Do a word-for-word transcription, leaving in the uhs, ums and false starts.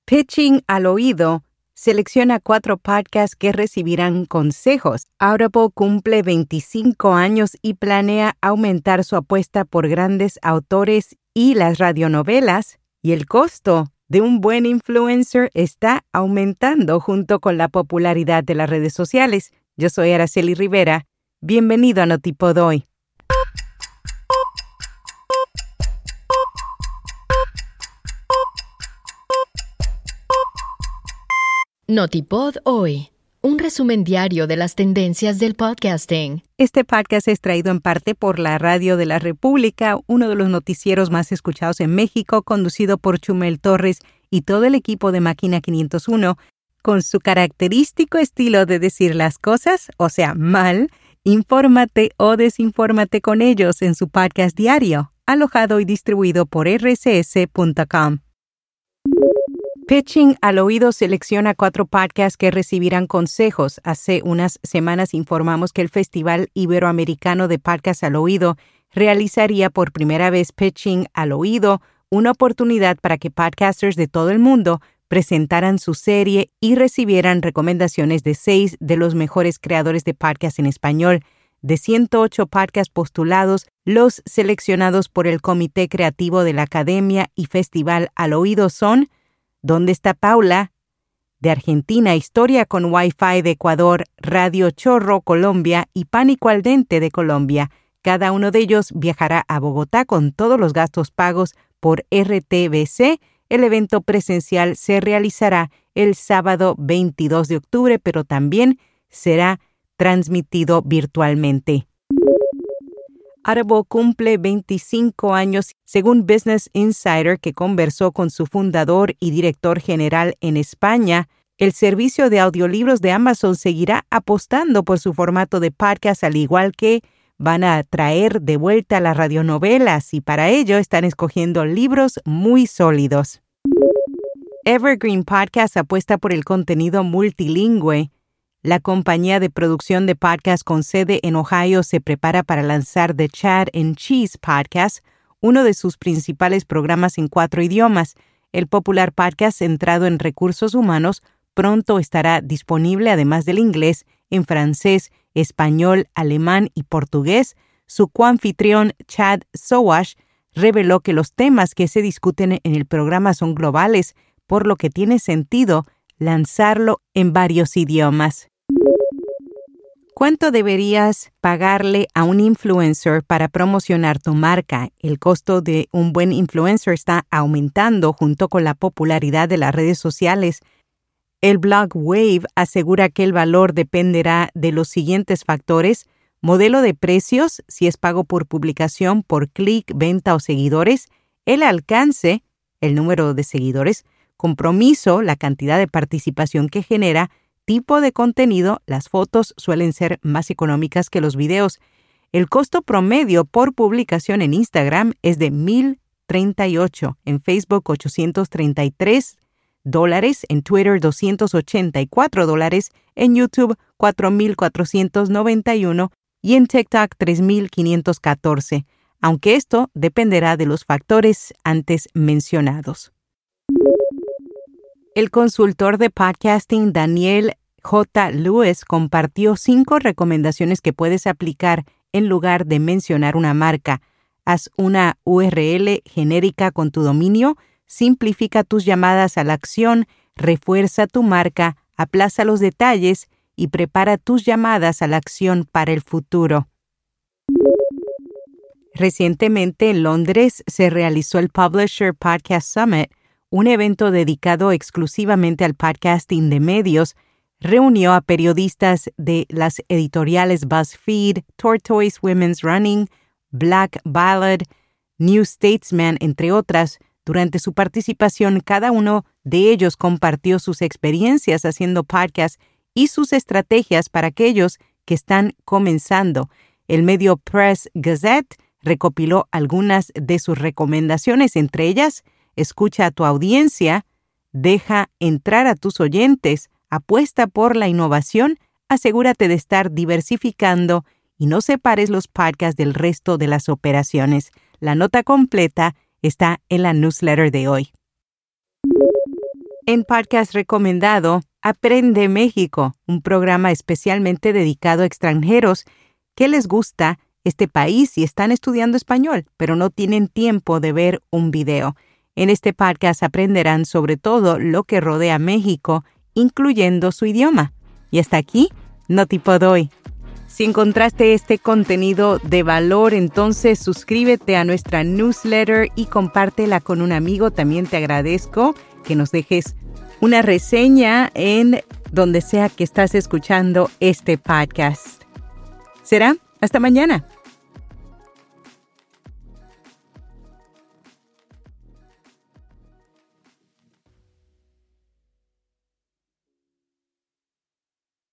Pitching al oído selecciona cuatro podcasts que recibirán consejos. Audible cumple veinticinco años y planea aumentar su apuesta por grandes autores y las radionovelas, y el costo de un buen influencer está aumentando junto con la popularidad de las redes sociales. Yo soy Araceli Rivera. Bienvenido a Notipod Hoy. Notipod Hoy, un resumen diario de las tendencias del podcasting. Este podcast es traído en parte por la Radio de la República, uno de los noticieros más escuchados en México, conducido por Chumel Torres y todo el equipo de Máquina quinientos uno, con su característico estilo de decir las cosas, o sea, mal. Infórmate o desinfórmate con ellos en su podcast diario, alojado y distribuido por erre ese ese punto com. Pitching al oído selecciona cuatro podcasts que recibirán consejos. Hace unas semanas informamos que el Festival Iberoamericano de Podcasts al Oído realizaría por primera vez Pitching al Oído, una oportunidad para que podcasters de todo el mundo presentaran su serie y recibieran recomendaciones de seis de los mejores creadores de podcasts en español. De ciento ocho podcasts postulados, los seleccionados por el Comité Creativo de la Academia y Festival al Oído son ¿Dónde está Paula?, de Argentina, Historia con Wi-Fi de Ecuador, Radio Chorro, Colombia y Pánico al Dente de Colombia. Cada uno de ellos viajará a Bogotá con todos los gastos pagos por erre te ve ce. El evento presencial se realizará el sábado veintidós de octubre, pero también será transmitido virtualmente. Audible cumple veinticinco años, según Business Insider, que conversó con su fundador y director general en España. El servicio de audiolibros de Amazon seguirá apostando por su formato de podcast, al igual que van a traer de vuelta las radionovelas, y para ello están escogiendo libros muy sólidos. Evergreen Podcast apuesta por el contenido multilingüe. La compañía de producción de podcast con sede en Ohio se prepara para lanzar The Chad and Cheese Podcast, uno de sus principales programas en cuatro idiomas. El popular podcast centrado en recursos humanos pronto estará disponible, además del inglés, en francés, español, alemán y portugués. Su coanfitrión Chad Sowash reveló que los temas que se discuten en el programa son globales, por lo que tiene sentido lanzarlo en varios idiomas. ¿Cuánto deberías pagarle a un influencer para promocionar tu marca? El costo de un buen influencer está aumentando junto con la popularidad de las redes sociales. El blog Wave asegura que el valor dependerá de los siguientes factores: modelo de precios, si es pago por publicación, por clic, venta o seguidores; el alcance, el número de seguidores; compromiso, la cantidad de participación que genera; tipo de contenido, las fotos suelen ser más económicas que los videos. El costo promedio por publicación en Instagram es de mil treinta y ocho, en Facebook ochocientos treinta y tres dólares, en Twitter doscientos ochenta y cuatro dólares, en YouTube cuatro mil cuatrocientos noventa y uno y en TikTok tres mil quinientos catorce, aunque esto dependerá de los factores antes mencionados. El consultor de podcasting Daniel J. Lewis compartió cinco recomendaciones que puedes aplicar en lugar de mencionar una marca. Haz una U R L genérica con tu dominio, simplifica tus llamadas a la acción, refuerza tu marca, aplaza los detalles y prepara tus llamadas a la acción para el futuro. Recientemente en Londres se realizó el Publisher Podcast Summit, un evento dedicado exclusivamente al podcasting de medios. Reunió a periodistas de las editoriales BuzzFeed, Tortoise Women's Running, Black Ballad, New Statesman, entre otras. Durante su participación, cada uno de ellos compartió sus experiencias haciendo podcasts y sus estrategias para aquellos que están comenzando. El medio Press Gazette recopiló algunas de sus recomendaciones, entre ellas: escucha a tu audiencia, deja entrar a tus oyentes, apuesta por la innovación, asegúrate de estar diversificando y no separes los podcasts del resto de las operaciones. La nota completa está en la newsletter de hoy. En podcast recomendado, Aprende México, un programa especialmente dedicado a extranjeros que les gusta este país y están estudiando español, pero no tienen tiempo de ver un video. En este podcast aprenderán sobre todo lo que rodea a México, incluyendo su idioma. Y hasta aquí, Notipod hoy. Si encontraste este contenido de valor, entonces suscríbete a nuestra newsletter y compártela con un amigo. También te agradezco que nos dejes una reseña en donde sea que estás escuchando este podcast. ¿Será? Hasta mañana.